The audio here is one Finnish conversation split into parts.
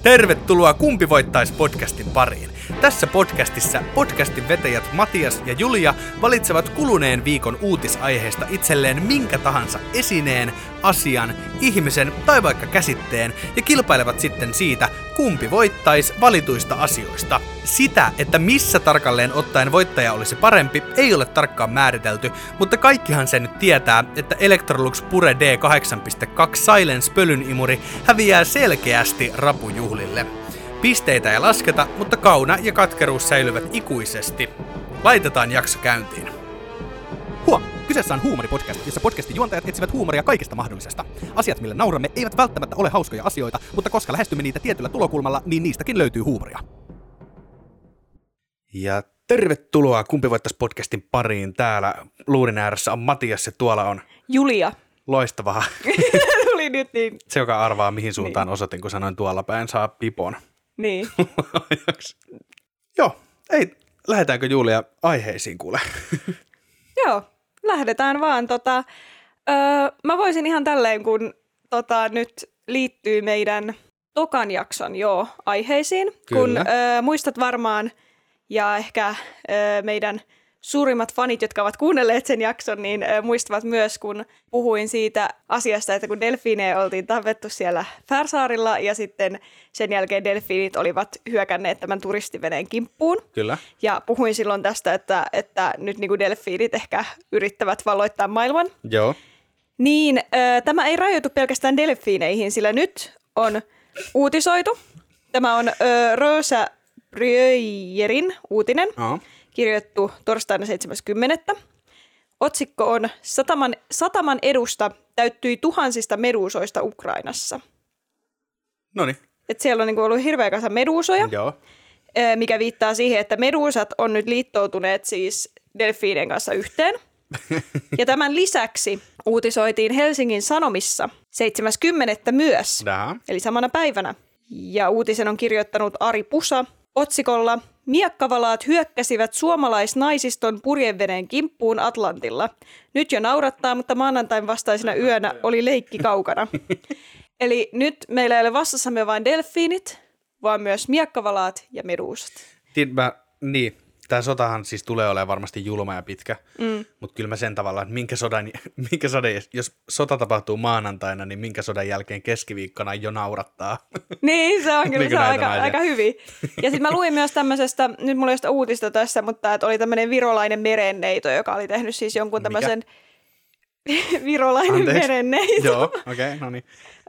Tervetuloa Kumpi voittaisi podcastin pariin. Tässä podcastissa podcastin vetäjät Matias ja Julia valitsevat kuluneen viikon uutisaiheesta itselleen minkä tahansa esineen, asian, ihmisen tai vaikka käsitteen ja kilpailevat sitten siitä, kumpi voittaisi valituista asioista. Sitä, että missä tarkalleen ottaen voittaja olisi parempi, ei ole tarkkaan määritelty, mutta kaikkihan se nyt tietää, että Electrolux Pure D8.2 Silence pölynimuri häviää selkeästi rapujuhlille. Pisteitä ei lasketa, mutta kauna ja katkeruus säilyvät ikuisesti. Laitetaan jakso käyntiin. Huom! Kyseessä on huumoripodcast, jossa podcastin juontajat etsivät huumoria kaikesta mahdollisesta. Asiat, millä nauramme, eivät välttämättä ole hauskoja asioita, mutta koska lähestymme niitä tietyllä tulokulmalla, niin niistäkin löytyy huumoria. Ja tervetuloa Kumpi voittaisi podcastin pariin. Täällä luurin ääressä on Matias ja tuolla on Julia. Loistavaa. Tuli nyt niin. Se, joka arvaa mihin suuntaan osoitin, kun sanoin tuolla päin, saa pipon. Niin. Joo, ei, lähdetäänkö Julia aiheisiin kuule? Joo, lähdetään vaan. Mä voisin ihan tälleen, kun nyt liittyy meidän tokan jakson aiheisiin. Kyllä. Kun muistat varmaan, ja ehkä meidän suurimmat fanit, jotka ovat kuunnelleet sen jakson, niin muistavat myös, kun puhuin siitä asiasta, että kun delfiinejä oltiin tapettu siellä Färsaarilla ja sitten sen jälkeen delfiinit olivat hyökänneet tämän turistiveneen kimppuun. Kyllä. Ja puhuin silloin tästä, että nyt niin kuin delfiinit ehkä yrittävät valloittaa maailman. Joo. Niin tämä ei rajoitu pelkästään delfiineihin, sillä nyt on uutisoitu. Tämä on Rosa Breuerin uutinen. Kirjoittu torstaina 7.10. Otsikko on Sataman edusta täyttyi tuhansista meduusoista Ukrainassa. Noniin. Et siellä on ollut hirveä kasa meduusoja, Joo. Mikä viittaa siihen, että meduusat on nyt liittoutuneet siis delfiinien kanssa yhteen. Ja tämän lisäksi uutisoitiin Helsingin Sanomissa 7.10. myös, eli samana päivänä. Ja uutisen on kirjoittanut Ari Pusa otsikolla Miekkavalaat hyökkäsivät suomalaisnaisiston purjeveneen kimppuun Atlantilla. Nyt jo naurattaa, mutta maanantain vastaisena yönä oli leikki kaukana. Eli nyt meillä ei ole vastassamme vain delfiinit, vaan myös miekkavalaat ja meduusat. Niin, tämä sotahan siis tulee olemaan varmasti julma ja pitkä, mutta kyllä mä sen tavalla, että minkä sodan, jos sota tapahtuu maanantaina, niin minkä sodan jälkeen keskiviikkona jo naurattaa. Niin, se on kyllä se on aika hyvin. Ja sitten mä luin myös tämmöisestä, nyt mulla ei ole sitä uutista tässä, mutta että oli tämmöinen virolainen merenneito, joka oli tehnyt siis jonkun tämmöisen virolainen merenneito. Joo, okei, no niin.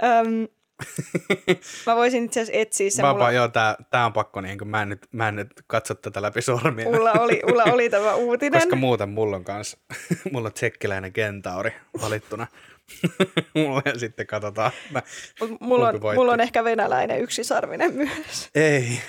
Mä voisin itse asiassa etsiä sen. Joo, tää on pakko, niin kun mä en nyt katso tätä läpi sormia. Mulla oli tämä uutinen. Koska muuten mulla on tsekkiläinen kentauri valittuna. Mulla ja sitten katsotaan. Mulla on ehkä venäläinen yksisarvinen myös. Ei.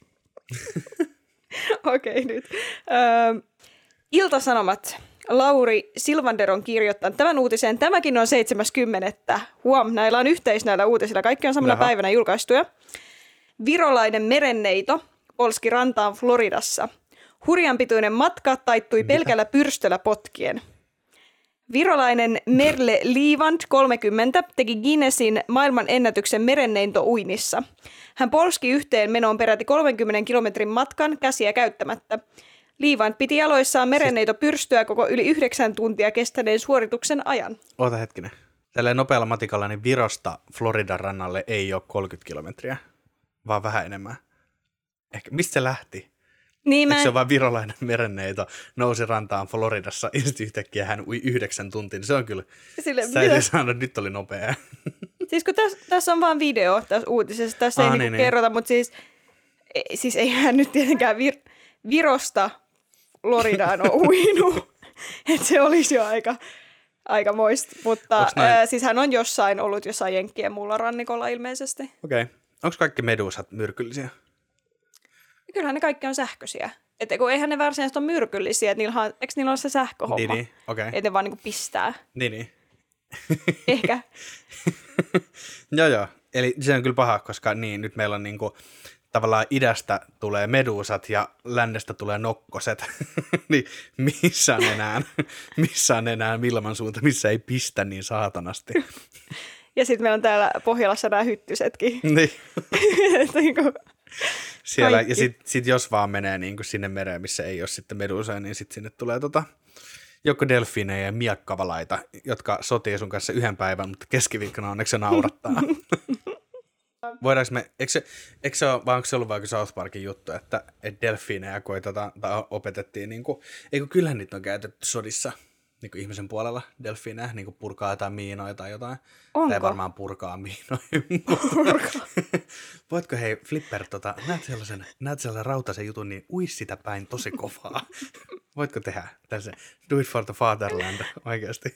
Okei, nyt. Ilta-Sanomat. Lauri Silvander on kirjoittanut tämän uutisen. Tämäkin on 7.10. Näillä on yhteis näillä uutisilla. Kaikki on samana päivänä julkaistuja. Virolainen merenneito polski rantaan Floridassa. Hurjan pituinen matka taittui pelkällä pyrstöllä potkien. Virolainen Merle Liivand, 30, teki Guinnessin maailman ennätyksen merenneito-uinnissa. Hän polski yhteen menoon peräti 30 kilometrin matkan käsiä käyttämättä. Liivand piti jaloissaan merenneito pyrstöä koko yli 9 tuntia kestäneen suorituksen ajan. Oota hetkinen. Tälleen nopealla matikalla niin Virosta Floridan rannalle ei ole 30 kilometriä, vaan vähän enemmän. Ehkä mistä se lähti? Niin Eikö se ole vaan virolainen merenneito, nousi rantaan Floridassa ja sitten yhtäkkiä hän ui 9 tuntia. Se on kyllä, sitä ei saanut, nyt oli nopea. Siis kun tässä on vaan video tässä uutisessa, tässä ei niin. Kerrota, mutta siis eihän nyt tietenkään Virosta Floridaan ole uinut, että se olisi jo aika moista, mutta siis hän on ollut jossain Jenkkien muulla rannikolla ilmeisesti. Okei. Onko kaikki medusat myrkyllisiä? Kyllähän ne kaikki on sähköisiä. Että kun eihän ne varsinaisesti ole myrkyllisiä, että eikö niillä ole se sähköhomma? Niin, okei. Että ne vaan niinku pistää. Niin. Ehkä. Joo. Eli se on kyllä paha, koska niin, nyt meillä on niinku tavallaan idästä tulee medusat ja lännestä tulee nokkoset, niin missä on enää ilmansuunta, missä ei pistä niin saatanasti. Ja sitten meillä on täällä Pohjolassa nämä hyttysetkin. Niin. Niinku Siellä, kaikki. ja sit jos vaan menee niin kuin sinne mereen, missä ei ole sitten medusaa, niin sitten sinne tulee joko delfiinejä ja miakkavalaita, jotka sotii sun kanssa yhden päivän, mutta keskiviikkona onneksi se naurattaa. Voidaanko me, eikö se ole, vai onko se ollut vaikka South Parkin juttu, että delfiinejä koitetaan, tai opetettiin, niin kuin, eikö kyllähän niitä on käytetty sodissa niin kuin ihmisen puolella, delfiinejä, niin kuin purkaa jotain miinoja tai jotain. Onko? Tai varmaan purkaa miinoja. Voitko hei, Flipper, näet sellaisen rautaisen jutun, niin ui sitä päin tosi kovaa. Voitko tehdä tällaisen do it for the fatherland oikeasti?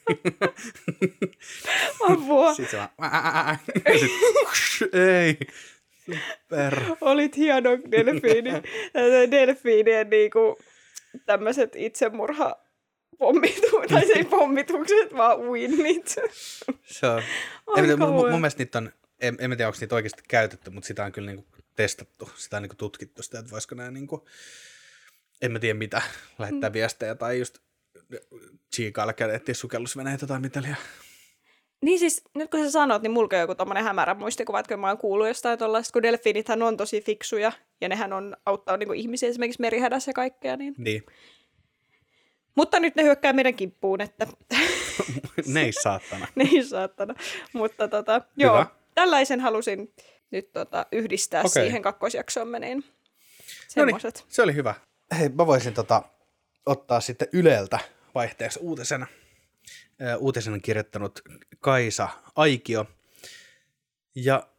Apua. Sitten se vaan, ei, Flipper. Olit hieno delfiini. Delfiinien niinku tämmöiset itsemurha-pommitukset, tai se ei pommitukset, vaan uinnit. Se on. Mun mielestä niitä on, en tiedä onko niitä oikeasti käytetty, mutta sitä on kyllä niinku testattu, sitä on niinku tutkittu sitä, että voisiko nämä niinku, en mä tiedä mitä, lähettää viestejä tai just chiikailla kädettiin sukellusveneitä tai mitä liian. Niin siis, nyt kun sä sanot, niin mulla on joku tommonen hämärä muistikuva, että mä oon kuullut jostain tollaista, kun delfiinithän on tosi fiksuja, ja nehän on auttaa niinku ihmisiä esimerkiksi merihädässä ja kaikkea. Niin. Mutta nyt ne hyökkää meidän kimppuun, että Ne ei saatana. Mutta joo, tällaisen halusin nyt yhdistää siihen kakkosjaksoon meneen. Semmoiset. Noniin, se oli hyvä. Hei, mä voisin ottaa sitten Yleltä vaihteeksi uutisena. Uutisen on kirjoittanut Kaisa Aikio. Ja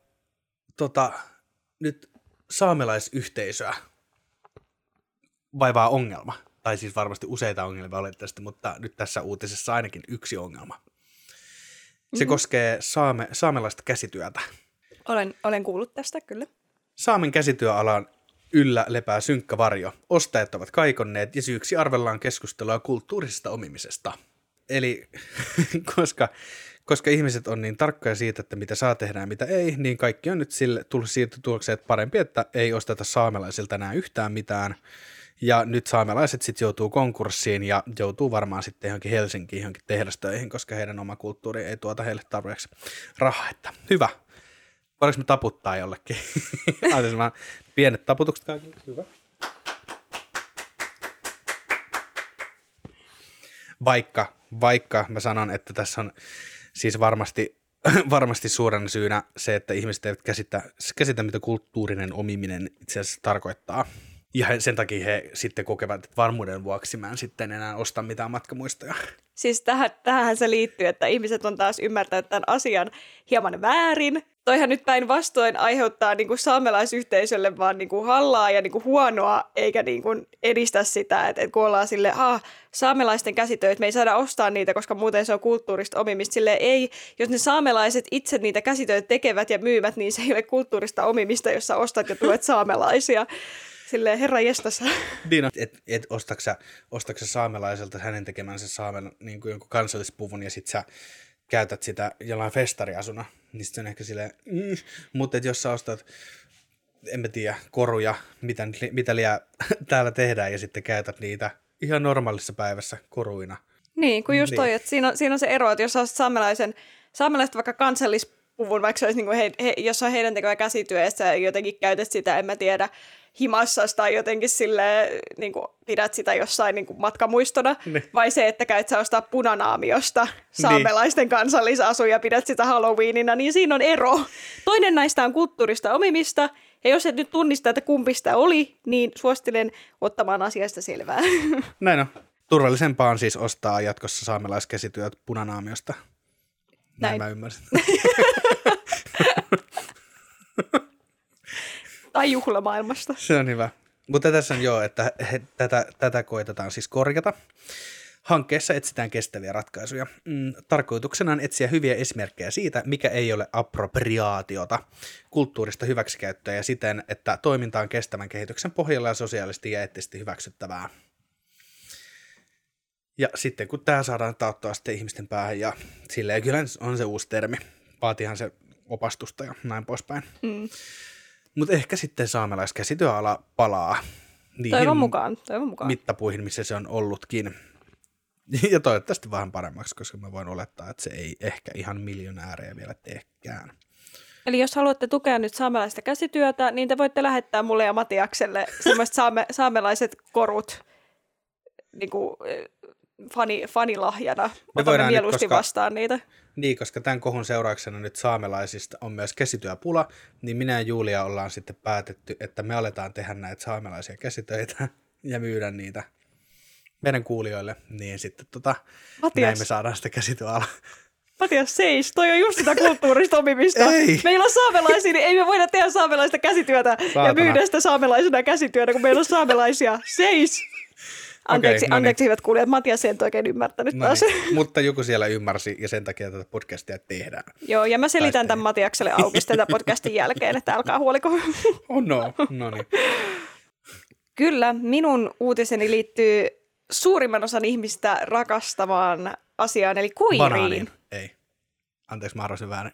nyt saamelaisyhteisöä vaivaa ongelma. Tai siis varmasti useita ongelmia olettavasti, mutta nyt tässä uutisessa ainakin yksi ongelma. Se koskee saamelaista käsityötä. Olen kuullut tästä, kyllä. Saamen käsityöalan yllä lepää synkkä varjo. Ostajat ovat kaikonneet ja syyksi arvellaan keskustelua kulttuurisesta omimisesta. Eli koska ihmiset on niin tarkkoja siitä, että mitä saa tehdä ja mitä ei, niin kaikki on nyt tullut siitä tulokseen, että parempi, että ei osteta saamelaisilta enää yhtään mitään. Ja nyt saamelaiset sitten joutuu konkurssiin ja joutuu varmaan sitten johonkin Helsinkiin, johonkin tehdastöihin, koska heidän oma kulttuuri ei tuota heille tarpeeksi rahaa. Että hyvä. Voidaanko me taputtaa jollekin? Pienet taputukset kaikille. Hyvä. Vaikka mä sanon, että tässä on siis varmasti suurena syynä se, että ihmiset eivät käsitä mitä kulttuurinen omiminen itse asiassa tarkoittaa. Ja sen takia he sitten kokevat, että varmuuden vuoksi mä en sitten enää osta mitään matkamuistoja. Siis tähän se liittyy, että ihmiset on taas ymmärtänyt tämän asian hieman väärin. Toihan nyt päinvastoin aiheuttaa niin kuin saamelaisyhteisölle vaan niin kuin hallaa ja niin kuin huonoa, eikä niin kuin edistä sitä, että kun ollaan silleen, saamelaisten käsitöitä, me ei saada ostaa niitä, koska muuten se on kulttuurista omimista. Silleen ei, jos ne saamelaiset itse niitä käsitöitä tekevät ja myyvät, niin se ei ole kulttuurista omimista, jos sä ostat ja tuet saamelaisia. Silleen, herra jestas. Niin, et ostatko saamelaiselta hänen tekemänsä saamen niin kuin jonkun kansallispuvun ja sit sä käytät sitä jollain festariasuna, niin sit se on ehkä silleen, mutta jos sä ostat, en mä tiedä, koruja, mitä liian täällä tehdään ja sitten käytät niitä ihan normaalissa päivässä koruina. Niin, kun just toi, että siinä on se ero, että jos sä ostat saamelaiset vaikka kansallispuvun, vaikka se olisi niin jos on heidän tekevä käsityö ja sä jotenkin käytät sitä, en mä tiedä, himassas tai jotenkin silleen, niin kuin pidät sitä jossain niin kuin matkamuistona, vai se, että käyt sä ostaa Punanaamiosta saamelaisten kansallisasu ja pidät sitä Halloweenina, niin siinä on ero. Toinen näistä on kulttuurista omimista, ja jos et nyt tunnista, että kumpi sitä oli, niin suosittelen ottamaan asiasta selvää. Näin on. Turvallisempaa on siis ostaa jatkossa saamelaiskäsityöt Punanaamiosta. Näin mä ymmärsin. Tai juhlamaailmasta. Se on hyvä. Mutta tässä on että tätä koetetaan siis korjata. Hankkeessa etsitään kestäviä ratkaisuja. Tarkoituksena on etsiä hyviä esimerkkejä siitä, mikä ei ole appropriaatiota, kulttuurista hyväksikäyttöä ja siten, että toiminta on kestävän kehityksen pohjalla ja sosiaalisesti ja eettisesti hyväksyttävää. Ja sitten kun tämä saadaan tauttua sitten ihmisten päähän ja silleen kyllä on se uusi termi. Vaatihan se opastusta ja näin poispäin. Mutta ehkä sitten saamelaiskäsityöala palaa niihin toivon mukaan. mittapuihin, missä se on ollutkin. Ja toivottavasti vähän paremmaksi, koska mä voin olettaa, että se ei ehkä ihan miljonäärejä vielä teekään. Eli jos haluatte tukea nyt saamelaista käsityötä, niin te voitte lähettää mulle ja Matiakselle semmoiset saamelaiset korut niin kuin fanilahjana. Otamme mieluusti vastaan niitä. Niin, koska tämän kohun seurauksena nyt saamelaisista on myös käsityöpula, niin minä ja Julia ollaan sitten päätetty, että me aletaan tehdä näitä saamelaisia käsitöitä ja myydä niitä meidän kuulijoille, niin sitten näin me saadaan sitä käsityöalaa. Matias, seis, toi on just sitä kulttuurista omimista. Meillä on saamelaisia, niin ei me voida tehdä saamelaista käsityötä ja myydä sitä saamelaisena käsityönä, kun meillä on saamelaisia. Seis! Anteeksi hyvät kuulijat, Matias ei oikein ymmärtänyt taas. Mutta joku siellä ymmärsi ja sen takia tätä podcastia tehdään. Joo, ja mä selitän tämän Matiakselle auki tätä podcastin jälkeen, että älkää huoliko. Oh no niin. Kyllä, minun uutiseni liittyy suurimman osan ihmistä rakastavaan asiaan, eli koiriin. Banaaniin. Ei. Anteeksi, mä arvoisin väärin.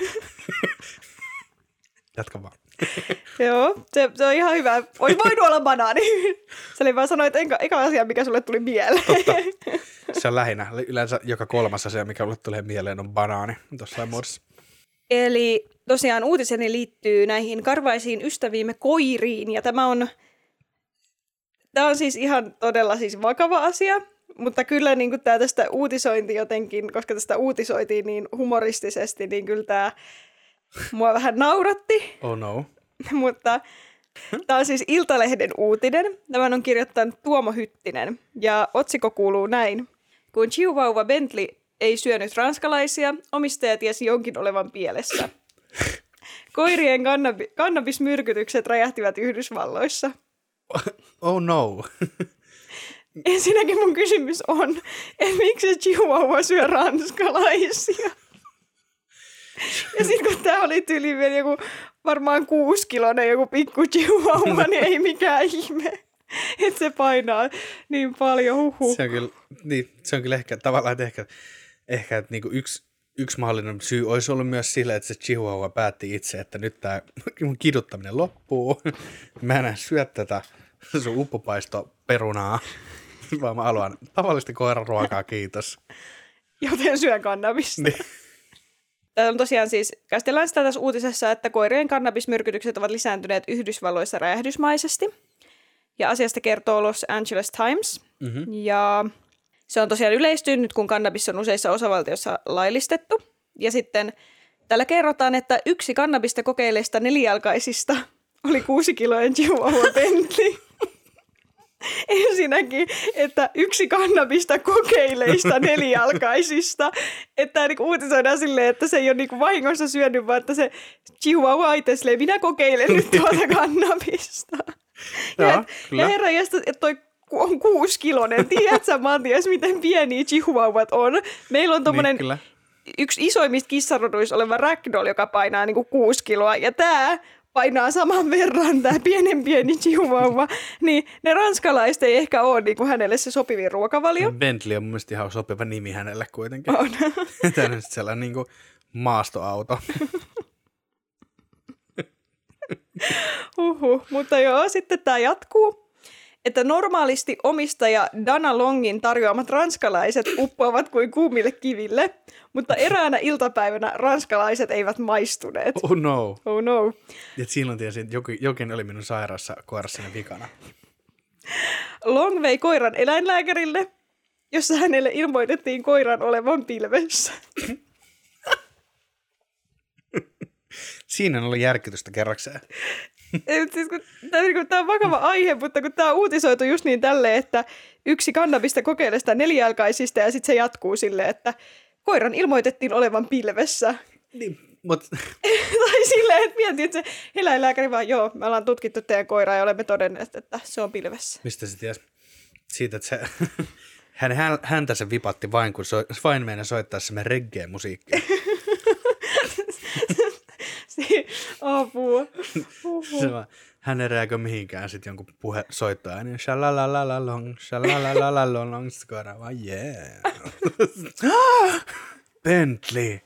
Jatka vaan. Joo, se on ihan hyvä. Olisi voinut olla banaani. Sä oli vaan sanoa, että eka asia, mikä sulle tuli mieleen. Totta. Se on lähinnä. Yleensä joka kolmas asia, mikä mulle tulee mieleen, on banaani tuossa muodossa. Eli tosiaan uutiseni liittyy näihin karvaisiin ystäviimme koiriin. Ja tämä on siis ihan todella siis vakava asia. Mutta kyllä niin kuin tämä tästä uutisointi jotenkin, koska tästä uutisoitiin niin humoristisesti, niin kyllä tämä mua vähän nauratti. Oh no. Mutta tämä on siis Iltalehden uutinen. Tämän on kirjoittanut Tuomo Hyttinen. Ja otsikko kuuluu näin. Kun Chihuahua Bentley ei syönyt ranskalaisia, omistaja tiesi jonkin olevan pielessä. Koirien kannabismyrkytykset räjähtivät Yhdysvalloissa. Oh no. Ensinnäkin mun kysymys on, että miksi se Chihuahua syö ranskalaisia? Ja sitten kun tää oli tyyliin vielä joku varmaan 6-kiloinen joku pikku Chihuahua, niin ei mikään ihme, että se painaa niin paljon. Se on kyllä ehkä tavallaan, että ehkä että niinku yksi mahdollinen syy olisi ollut myös sille, että se Chihuahua päätti itse, että nyt tämä kiduttaminen loppuu. Mä en syö tätä sun uppopaistoperunaa, vaan mä haluan tavallista koiraruokaa, kiitos. Joten syön kannabista. Niin. Tämä on tosiaan siis, käsitellään sitä tässä uutisessa, että koirien kannabismyrkytykset ovat lisääntyneet Yhdysvalloissa räjähdysmaisesti. Ja asiasta kertoo Los Angeles Times. Mm-hmm. Ja se on tosiaan yleistynyt, kun kannabis on useissa osavaltioissa laillistettu. Ja sitten täällä kerrotaan, että yksi kannabista kokeilleista nelijalkaisista oli 6-kiloinen Chihuahua Bentley. Ensinnäkin, että yksi kannabista kokeileista nelijalkaisista, että niin uutisoidaan silleen, että se ei ole niin vahingossa syönyt, vaan että se Chihuahua itse silleen, minä kokeilen nyt tuota kannabista. Ja herra, että toi on 6-kiloinen. Tiedätkö, Matias, miten pieniä Chihuahuat on? Meillä on tommonen yksi isoimmista kissaroduissa oleva ragdoll, joka painaa niin 6 kiloa, ja tämä painaa saman verran, tämä pieni Chihuahua, niin ne ranskalaiset ei ehkä ole niin kuin hänelle se sopivin ruokavalio. Bentley on mun mielestä ihan sopiva nimi hänelle kuitenkin. On. Tämä on sellainen niin kuin maastoauto. Mutta joo, sitten tämä jatkuu, että normaalisti omistaja Dana Longin tarjoamat ranskalaiset uppoavat kuin kuumille kiville, mutta eräänä iltapäivänä ranskalaiset eivät maistuneet. Oh no. Oh no. Ja silloin tiesin, että jokin oli minun sairaassa koirassani vikana. Long vei koiran eläinlääkärille, jossa hänelle ilmoitettiin koiran olevan pilvessä. Siinä oli järkytystä kerrakseen. Siis, tämä on vakava aihe, mutta kun tämä on uutisoitu just niin tälleen, että yksi kannabista kokeileista nelijalkaisista ja sitten se jatkuu silleen, että koiran ilmoitettiin olevan pilvessä. Niin, mutta tai silleen, että mietin, että se eläinlääkäri vaan, joo, me ollaan tutkittu teidän koiraa ja olemme todenneet, että se on pilvessä. Mistä se tiesi? Siitä, että se häntä se vipatti vain, kun vain meidän soittaa se reggae-musiikkia. Apua. Hän ei reagoi mihinkään sitten jonkun puhe soittaa, niin shalalalalong, shalalalalong, sitten koira vaan yeah. Bentley.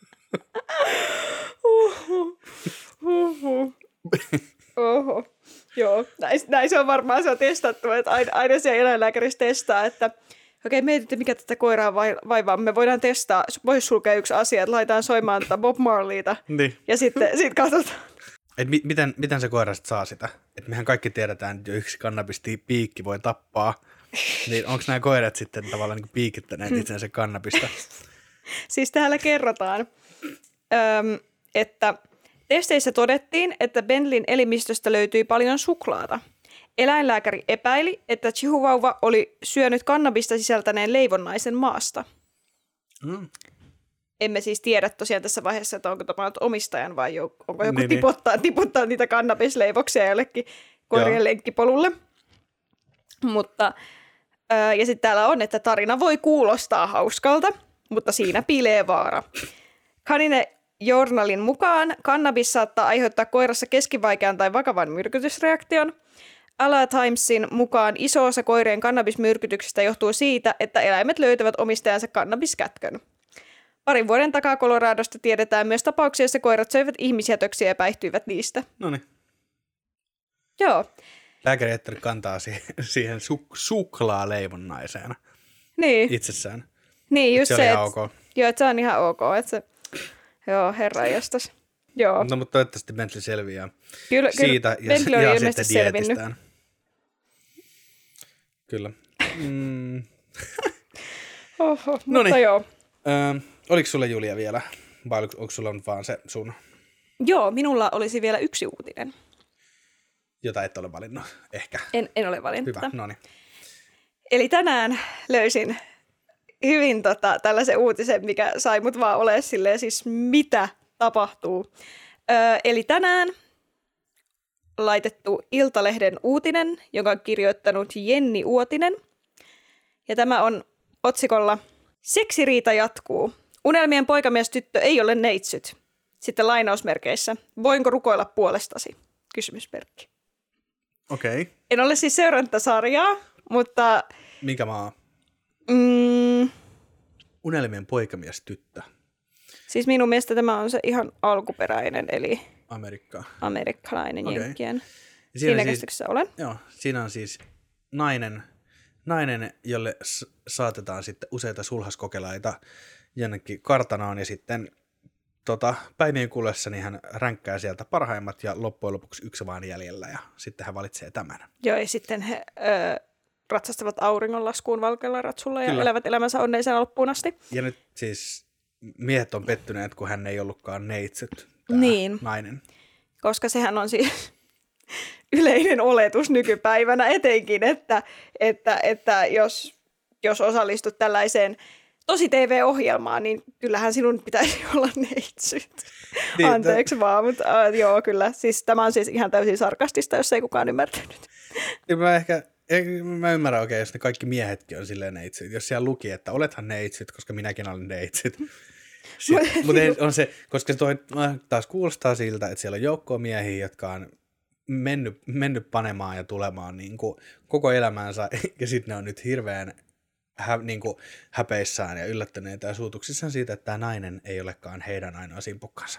Oho. Joo, näin se on varmaan se on testattu, että aina siellä eläinlääkärissä testaa, että okei, mietitte, mikä tätä koiraa vaivaa. Me voidaan testaa, voisi sulkea yksi asia, että laitetaan soimaan Bob Marleyta niin. ja sitten katsotaan. Et miten se koira sit saa sitä? Et mehän kaikki tiedetään, että jo yksi kannabispiikki voi tappaa. Niin onko nämä koirat sitten tavallaan niin piikittäneet itsensä kannabista? Siis täällä kerrotaan, että testeissä todettiin, että Bentleyn elimistöstä löytyi paljon suklaata. Eläinlääkäri epäili, että Chihuahua oli syönyt kannabista sisältäneen leivonnaisen maasta. Mm. Emme siis tiedä tosiaan tässä vaiheessa, että onko tämä omistajan vai onko joku tiputtaa niitä kannabisleivoksia jollekin koirien lenkkipolulle. Mutta, ja sitten täällä on, että tarina voi kuulostaa hauskalta, mutta siinä piilee vaara. Canine Journalin mukaan kannabis saattaa aiheuttaa koirassa keskivaikean tai vakavan myrkytysreaktion. Ala Timesin mukaan iso osa koirien kannabismyrkytyksistä johtuu siitä, että eläimet löytävät omistajansa kannabiskätkön. Parin vuoden takaa Coloradosta tiedetään myös tapauksia, joissa koirat söivät ihmisjätöksiä ja päihtyivät niistä. Noniin. Joo. Lääkäri jättänyt kantaa siihen suklaaleivonnaiseen itsessään. Niin, just se, että ok. Joo, että se on ihan ok. Että se, joo, herranjestas. Joo. No, mutta toivottavasti Bentley selviää kyllä, siitä Bentley ja on sitten dietistään. Kyllä. Oho, mutta joo. Oliko sulla Julia vielä, vai onko sulla nyt vaan se sun? Joo, minulla olisi vielä yksi uutinen. Jota et ole valinnut, ehkä. En ole valinnut. Hyvä, no niin. Eli tänään löysin hyvin tällaisen uutisen, mikä sai mut vaan olemaan silleen, siis mitä tapahtuu. Eli tänään laitettu Iltalehden uutinen, jonka on kirjoittanut Jenni Uotinen. Ja tämä on otsikolla Seksiriita jatkuu. Unelmien poikamiestyttö ei ole neitsyt. Sitten lainausmerkeissä. Voinko rukoilla puolestasi? Kysymysmerkki. Okei. Okay. En ole siis seurannut tätä sarjaa, mutta... Mikä maa? Unelmien poikamiestyttö. Siis minun mielestä tämä on se ihan alkuperäinen, eli amerikkalainen jenkkien. Siinä käsityksessä olen. Joo, siinä on siis nainen, jolle saatetaan sitten useita sulhaskokelaita jonnekin kartanoon ja sitten päivien kuluessa niin hän ränkkää sieltä parhaimmat ja loppujen lopuksi yksi vaan jäljellä ja sitten hän valitsee tämän. Joo, ja sitten he ratsastavat auringonlaskuun valkealla ratsulla ja Kyllä. elävät elämänsä onneisena loppuun asti. Ja nyt siis miehet on pettyneet, kun hän ei ollutkaan neitsyt, niin. Nainen. Koska sehän on siis yleinen oletus nykypäivänä etenkin, että jos osallistut tällaiseen tosi TV-ohjelmaan, niin kyllähän sinun pitäisi olla neitsyt. Niin, anteeksi vaan, mutta joo kyllä. Siis, tämä on siis ihan täysin sarkastista, jos ei kukaan ymmärtänyt. Mä ymmärrän oikein, jos ne kaikki miehetkin on silleen neitsyt. Jos siellä luki, että olethan neitsyt, koska minäkin olen neitsyt. Mutta on se, koska se taas kuulostaa siltä, että siellä on joukkoa miehiä, jotka on mennyt panemaan ja tulemaan niin kuin koko elämänsä, ja sitten ne on nyt hirveän niin kuin häpeissään ja yllättyneitä ja suutuksissaan siitä, että tämä nainen ei olekaan heidän ainoa simpukkansa.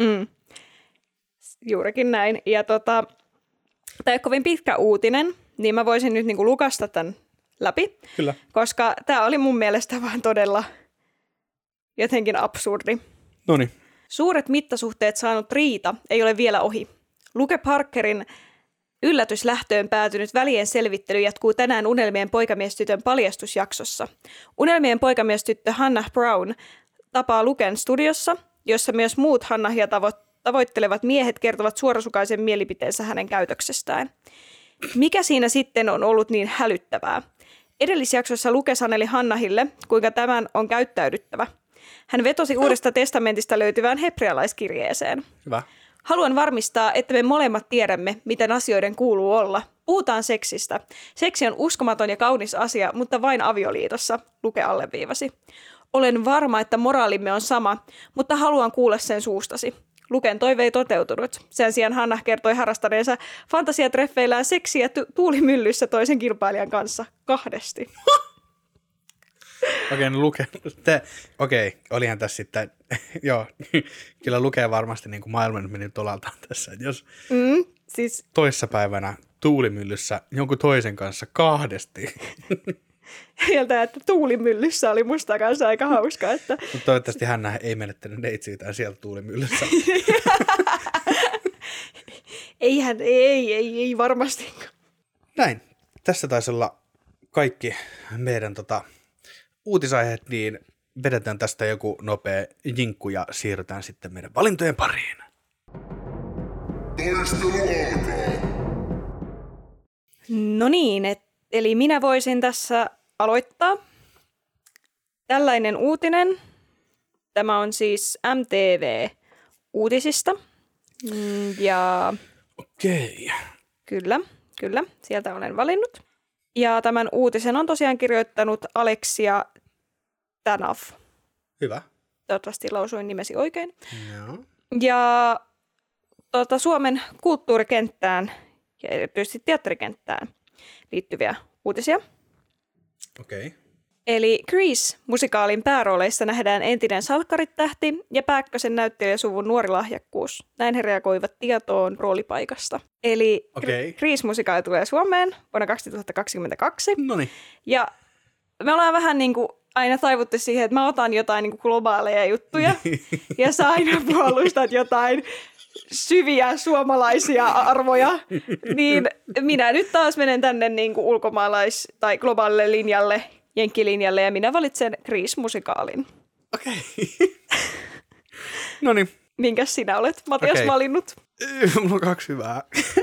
Juurikin näin. Ja tämä ei ole kovin pitkä uutinen, niin mä voisin nyt niin kuin lukasta tämän läpi. Kyllä. Koska tämä oli mun mielestä vaan todella jotenkin absurdi. Noniin. Suuret mittasuhteet saanut riita ei ole vielä ohi. Luke Parkerin yllätyslähtöön päätynyt välien selvittely jatkuu tänään Unelmien poikamiestytön paljastusjaksossa. Unelmien poikamiestyttö Hannah Brown tapaa Luken studiossa, jossa myös muut Hannahia tavoittelevat miehet kertovat suorasukaisen mielipiteensä hänen käytöksestään. Mikä siinä sitten on ollut niin hälyttävää? Edellisjaksossa Luke saneli Hannahille, kuinka tämän on käyttäydyttävä. Hän vetosi Uudesta testamentista löytyvään hebrealaiskirjeeseen. Hyvä. Haluan varmistaa, että me molemmat tiedämme, miten asioiden kuuluu olla. Puhutaan seksistä. Seksi on uskomaton ja kaunis asia, mutta vain avioliitossa, Luke alleviivasi. Olen varma, että moraalimme on sama, mutta haluan kuulla sen suustasi. Luken toive ei toteutunut. Sen sijaan Hannah kertoi harrastaneensa fantasiatreffeillään seksiä tuulimyllyssä toisen kilpailijan kanssa 2. Okei, no olihan tässä sitten, joo, kyllä Luke varmasti niin kuin maailma nyt meni tolaltaan tässä, että Siis toissapäivänä tuulimyllyssä jonkun toisen kanssa kahdesti. Sieltä, että tuulimyllyssä oli musta kanssa aika hauska. Että... Mutta toivottavasti hän ei menettänyt neitsyytään sieltä tuulimyllyssä. ei varmasti. Näin. Tässä taisi olla kaikki meidän uutisaiheet, niin vedetään tästä joku nopea jinkku ja siirrytään sitten meidän valintojen pariin. Taistelu alkaa! No niin, eli minä voisin tässä aloittaa. Tällainen uutinen. Tämä on siis MTV-uutisista. Ja Okei. Kyllä, sieltä olen valinnut. Ja tämän uutisen on tosiaan kirjoittanut Alexia Tanaf. Hyvä. Toivottavasti lausuin nimesi oikein. Joo. Ja Suomen kulttuurikenttään ja erityisesti teatterikenttään liittyviä uutisia. Okei. Eli Grease-musikaalin päärooleissa nähdään entinen salkkaritähti ja Pääkkösen näyttelijäsuvun nuori lahjakkuus. Näin he reagoivat tietoon roolipaikasta. Eli Grease-musikaali tulee Suomeen vuonna 2022. Noniin. Ja me ollaan vähän niin kuin aina taivuttu siihen, että mä otan jotain niin kuin globaaleja juttuja ja sä aina puolustat jotain syviä suomalaisia arvoja, niin minä nyt taas menen tänne niin kuin ulkomaalais- tai globaalille linjalle, jenkkilinjalle, ja minä valitsen Grease-musikaalin. Okei. Noniin. Minkäs sinä olet, Matias, valinnut? Mulla on 2 hyvää.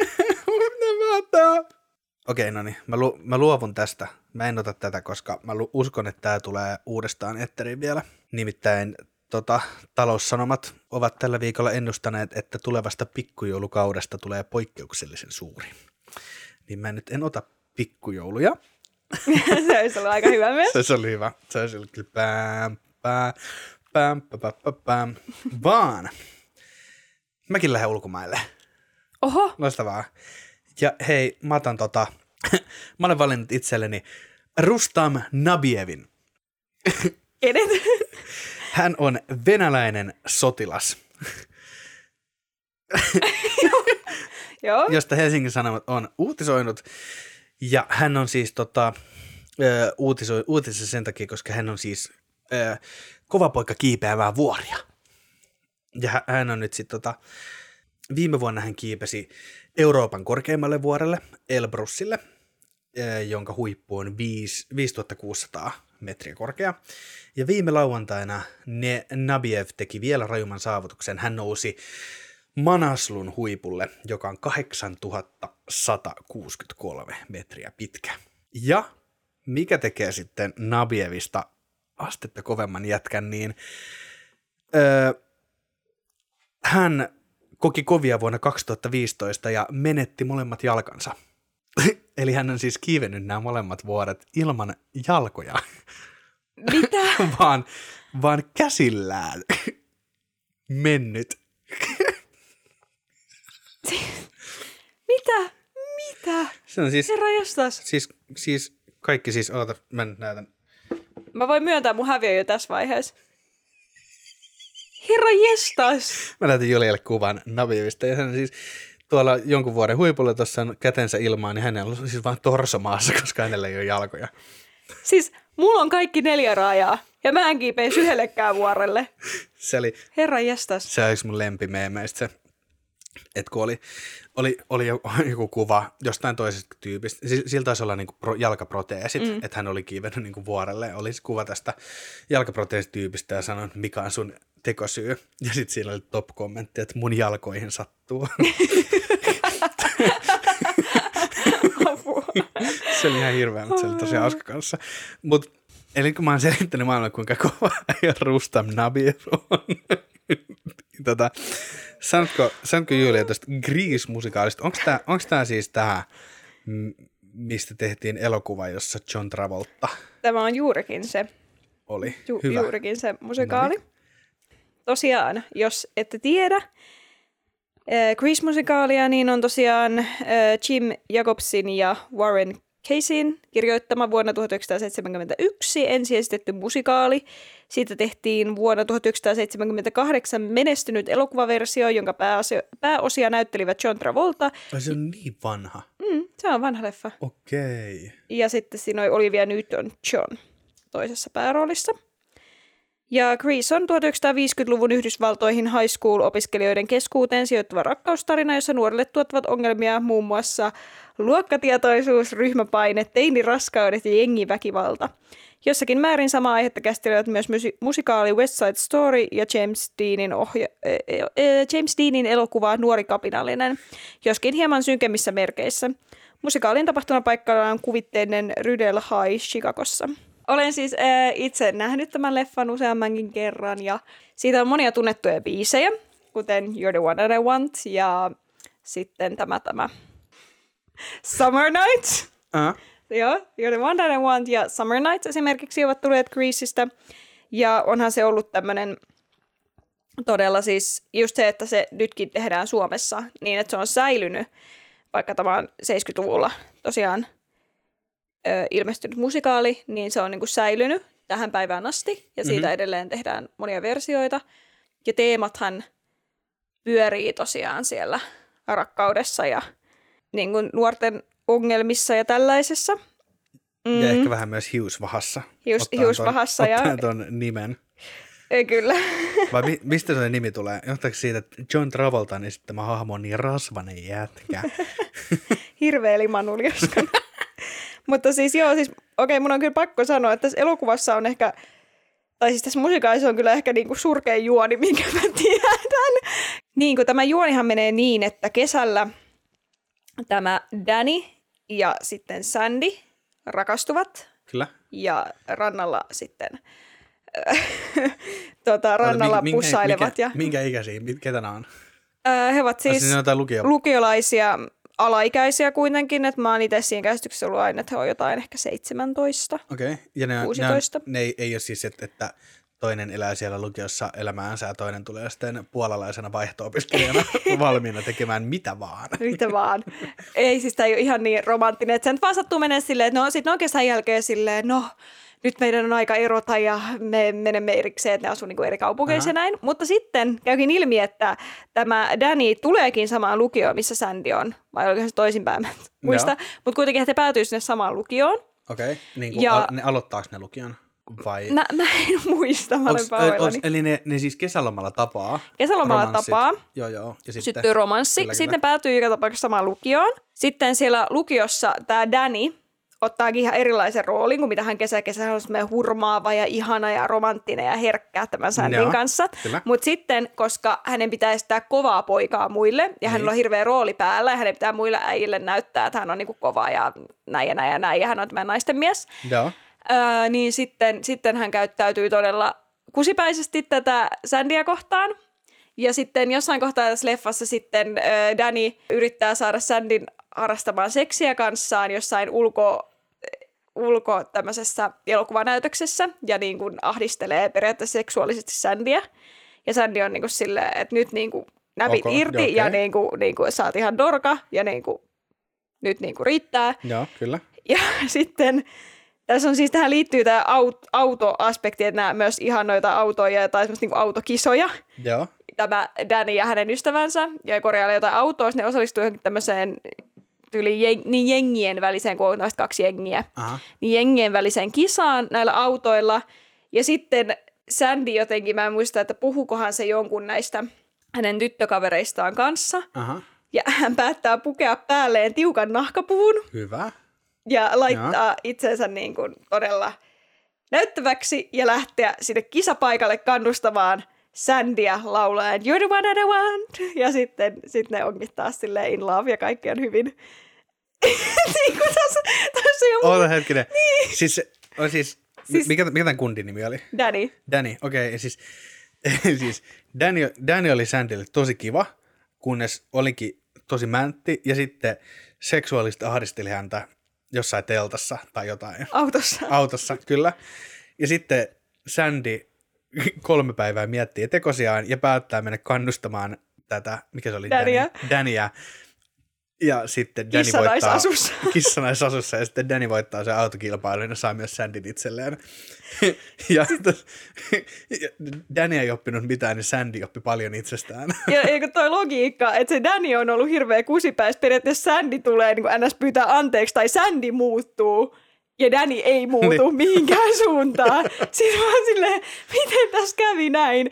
Mitä Okei, no niin. Mä luovun tästä. Mä en ota tätä, koska mä uskon, että tää tulee uudestaan etteriin vielä. Nimittäin Taloussanomat ovat tällä viikolla ennustaneet, että tulevasta pikkujoulukaudesta tulee poikkeuksellisen suuri. Niin mä nyt en ota pikkujouluja. Se olisi ollut aika hyvä myös. Se olisi ollut hyvä. Se olisi ollut kyllä pam. Vaan mäkin lähden ulkomaille. Oho. Loistavaa. Ja hei, mä otan mä olen valinnut itselleni Rustam Nabievin. Kenet? Hän on venäläinen sotilas, Joo. josta Helsingin Sanomat on uutisoinut. Ja hän on siis uutisissa sen takia, koska hän on siis kova poika kiipeävää vuoria. Ja hän on nyt sitten viime vuonna hän kiipesi Euroopan korkeimmalle vuorelle, Elbrussille, jonka huippu on 5600 metriä korkea. Ja viime lauantaina Nabiev teki vielä rajumman saavutuksen. Hän nousi Manaslun huipulle, joka on 8163 metriä pitkä. Ja mikä tekee sitten Nabievista astetta kovemman jätkän, niin hän koki kovia vuonna 2015 ja menetti molemmat jalkansa. Eli hän on siis kiivennyt nämä molemmat vuodet ilman jalkoja. Mitä? vaan käsillään mennyt. Mitä? Se on siis, Herra jestas. siis kaikki siis, oota, mä nyt näytän. Mä voin myöntää mun häviö jo tässä vaiheessa. Herra jestas. Mä näytän Julialle kuvan Nabievista ja hän siis tuolla jonkun vuoden huipulla tuossa on kätensä ilmaan, niin hänellä on siis vaan torso maassa, koska hänellä ei ole jalkoja. Siis mulla on kaikki 4 rajaa ja mä en kiipeisi yhdellekään vuorelle. Se oli, herra jestas. Se oli yksi mun lempimeemeistä se, että kun oli joku kuva jostain toisesta tyypistä, sillä taisi olla niinku jalkaproteesit, että hän oli kiivennyt niinku vuorelle, oli kuva tästä jalkaproteesityypistä ja sanoi, mikä on sun tekosyy. Ja sitten siinä oli top-kommentti, että mun jalkoihin sattuu. Se oli ihan hirveä, mutta se oli tosi hauska kanssa. Eli kun mä oon selittänyt maailmalle, kuinka kova ja Rustam Nabiev on. Sanotko Julia tästä Grease-musikaalista? Onko tämä siis tämä, mistä tehtiin elokuva, jossa John Travolta? Tämä on juurikin se. Oli. Hyvä. Juurikin se musikaali. No. Tosiaan, jos ette tiedä Grease-musikaalia, niin on tosiaan Jim Jacobsin ja Warren Caseyin kirjoittama vuonna 1971 ensi esitetty musikaali. Siitä tehtiin vuonna 1978 menestynyt elokuvaversio, jonka pääosia näyttelivät John Travolta. Se on niin vanha. Se on vanha leffa. Okei. Ja sitten siinä oli Olivia Newton-John toisessa pääroolissa. Ja Grease on 1950-luvun Yhdysvaltoihin high school-opiskelijoiden keskuuteen sijoittuva rakkaustarina, jossa nuorille tuottavat ongelmia muun muassa luokkatietoisuus, ryhmäpaine, teiniraskaudet ja jengiväkivalta. Jossakin määrin samaa aihetta käsittelevät myös musikaali West Side Story ja James Deanin elokuva Nuori kapinallinen, joskin hieman synkemmissä merkeissä. Musikaalin tapahtumapaikalla on kuvitteinen Rydell High Chicagossa. Olen siis itse nähnyt tämän leffan useammankin kerran ja siitä on monia tunnettuja biisejä, kuten You're the One That I Want ja sitten tämä Summer Nights. Joo, You're the One That I Want ja Summer Nights esimerkiksi ovat tulleet Greaseistä. Ja onhan se ollut tämmöinen todella siis just se, että se nytkin tehdään Suomessa niin, että se on säilynyt, vaikka tämä on 70-luvulla tosiaan ilmestynyt musikaali, niin se on niin kuin säilynyt tähän päivään asti ja siitä edelleen tehdään monia versioita. Ja teemathan pyörii tosiaan siellä rakkaudessa ja niin kuin nuorten ongelmissa ja tällaisessa. Ja ehkä vähän myös hiusvahassa. Hiusvahassa. Ottaen tuon nimen. Kyllä. Vai mistä se nimi tulee? Johtaako siitä, että John Travoltan esittämä hahmo on niin rasvainen jätkä? Hirveä limanuljaskana. Mutta siis okei, mun on kyllä pakko sanoa, että tässä elokuvassa on ehkä, tai siis tässä musikaalissa on kyllä ehkä niinku surkein juoni, minkä mä tiedän. Niin kuin tämä juonihan menee niin, että kesällä tämä Danny ja sitten Sandy rakastuvat. Kyllä. Ja rannalla sitten rannalla pussailevat. Minkä ikäisiä? Ketä nämä on? He ovat siis lukiolaisia, alaikäisiä kuitenkin, että mä oon itse siinä käsityksessä ollut aina, että he on jotain ehkä 17, Okei. Ja 16. Ne ei ole siis, että toinen elää siellä lukiossa elämäänsä ja toinen tulee sitten puolalaisena vaihto-opiskelijana valmiina tekemään mitä vaan. Mitä vaan. Ei siis tämä ei ole ihan niin romanttinen, että sen vaan sattuu menee silleen, että sitten on kesän jälkeen silleen, nyt meidän on aika erota ja me menemme erikseen, että ne asuu niinku eri kaupungeissa ja näin. Mutta sitten käykin ilmi, että tämä Danny tuleekin samaan lukioon, missä Sandy on. Vai oliko se toisinpäin, muista. Mutta kuitenkin he päätyy sinne samaan lukioon. Okei. Niin ne aloittaako ne lukion? Vai? Mä en muista, mä olen pahoillani. Eli ne siis kesälomalla tapaa? Kesälomalla tapaa. Joo. Ja sitten syttyy romanssi. Kyllä. Sitten ne päätyy joka tapauksessa samaan lukioon. Sitten siellä lukiossa tämä Danny ottaakin ihan erilaisen roolin kuin mitä hän kesällä on semmoinen hurmaava ja ihana ja romanttinen ja herkkä tämän Sandin kanssa. Mutta sitten, koska hänen pitää estää kovaa poikaa muille ja hänellä on hirveä rooli päällä ja hänen pitää muille äijille näyttää, että hän on niinku kova ja näin ja hän on tämä naisten mies. Joo. Niin sitten hän käyttäytyy todella kusipäisesti tätä Sandia kohtaan. Ja sitten jossain kohtaa tässä leffassa sitten Danny yrittää saada Sandin harrastamaan seksiä kanssaan jossain ulko tämmöisessä elokuvanäytöksessä ja niin kuin ahdistelee periaatteessa seksuaalisesti Sandia. Ja Sandy on niin kuin silleen, että nyt niin kuin näpit irti ja niin kuin sä oot ihan dorka ja niin kuin, nyt niin kuin riittää. Joo, kyllä. Ja sitten tässä on siis, tähän liittyy tämä autoaspekti, että nämä myös ihan noita autoja tai semmoista niin autokisoja. Joo. Tämä Danny ja hänen ystävänsä ja korjailee jotain autoa, ne osallistuu johonkin tämmöiseen niin jengien väliseen, kun on noista 2 jengiä, niin jengien väliseen kisaan näillä autoilla. Ja sitten Sandy jotenkin, mä en muista, että puhukohan se jonkun näistä hänen tyttökavereistaan kanssa. Ja hän päättää pukea päälleen tiukan nahkapuvun. Hyvä. Ja laittaa itsensä niin kuin todella näyttäväksi ja lähteä sinne kisapaikalle kannustamaan Sandyä laulaen You're the one that I want. Ja sitten ne onkin taas silleen in love ja kaikki on hyvin. Niin kuin tässä jo Oota hetkinen. Niin. Siis mikä tämän kundin nimi oli? Danny, okei. Siis Danny oli Sandylle tosi kiva, kunnes olikin tosi mäntti ja sitten seksuaalisesti ahdisteli häntä jossain teltassa tai jotain. Autossa, kyllä. Ja sitten Sandy 3 päivää miettii tekosiaan ja päättää mennä kannustamaan tätä, mikä se oli? Dannyä. Dannyä. Ja sitten Danny voittaa Kissanaisasussa. Kissanaisasussa ja sitten Danny voittaa sen autokilpailun ja saa myös Sandin itselleen. Ja Danny ei oppinut mitään, niin Sandy oppi paljon itsestään. Ja eikö toi logiikka, että se Danny on ollut hirveä kusipäis, periaatteessa Sandy tulee niin kuin NS pyytää anteeksi tai Sandy muuttuu. Ja Danny ei muutu mihinkään suuntaan. Siis vaan silleen, miten tässä kävi näin?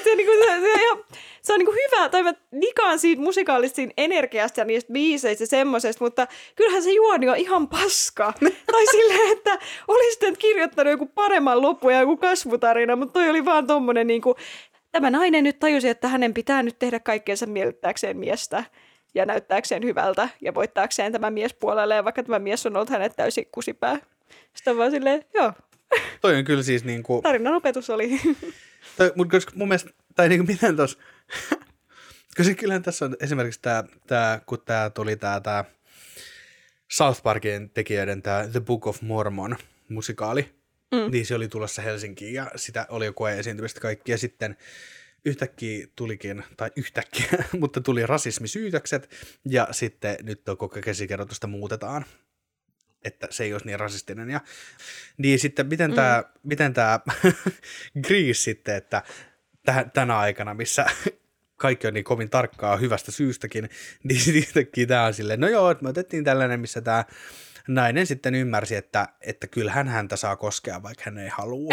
Se on niinku hyvä, tai mä digaan siitä musikaalista, siinä energiasta ja niistä biiseistä ja semmosesta, mutta kyllähän se juoni on ihan paska. Tai silleen, että olisi kirjoittanut joku paremman lopun ja joku kasvutarina, mutta toi oli vaan tommonen niinku, tämä nainen nyt tajusi, että hänen pitää nyt tehdä kaikkeensa miellyttääkseen miestä ja näyttääkseen hyvältä ja voittaakseen tämän miespuolelle, vaikka tämä mies on ollut hänet täysin kusipää. Sitten on vaan silleen, joo. Toi on kyllä siis niinku... Tarinan opetus oli. Mutta koska mun mielestä, tai niinku miten tossa... koska kyllähän tässä on esimerkiksi kun tää tuli tää South Parkin tekijöiden tää The Book of Mormon musikaali, niin se oli tulossa Helsinkiin ja sitä oli jo koe-esiintymistä kaikki. Ja sitten yhtäkkiä, mutta tuli rasismisyytökset ja sitten nyt on koko käsikirjoitusta muutetaan, että se ei olisi niin rasistinen. Ja niin sitten miten tämä Grease sitten, että tänä aikana, missä kaikki on niin kovin tarkkaa hyvästä syystäkin, niin yhtäkkiä tämä on silleen, no joo, että me otettiin tällainen, missä tämä nainen sitten ymmärsi, että kyllähän häntä saa koskea, vaikka hän ei halua.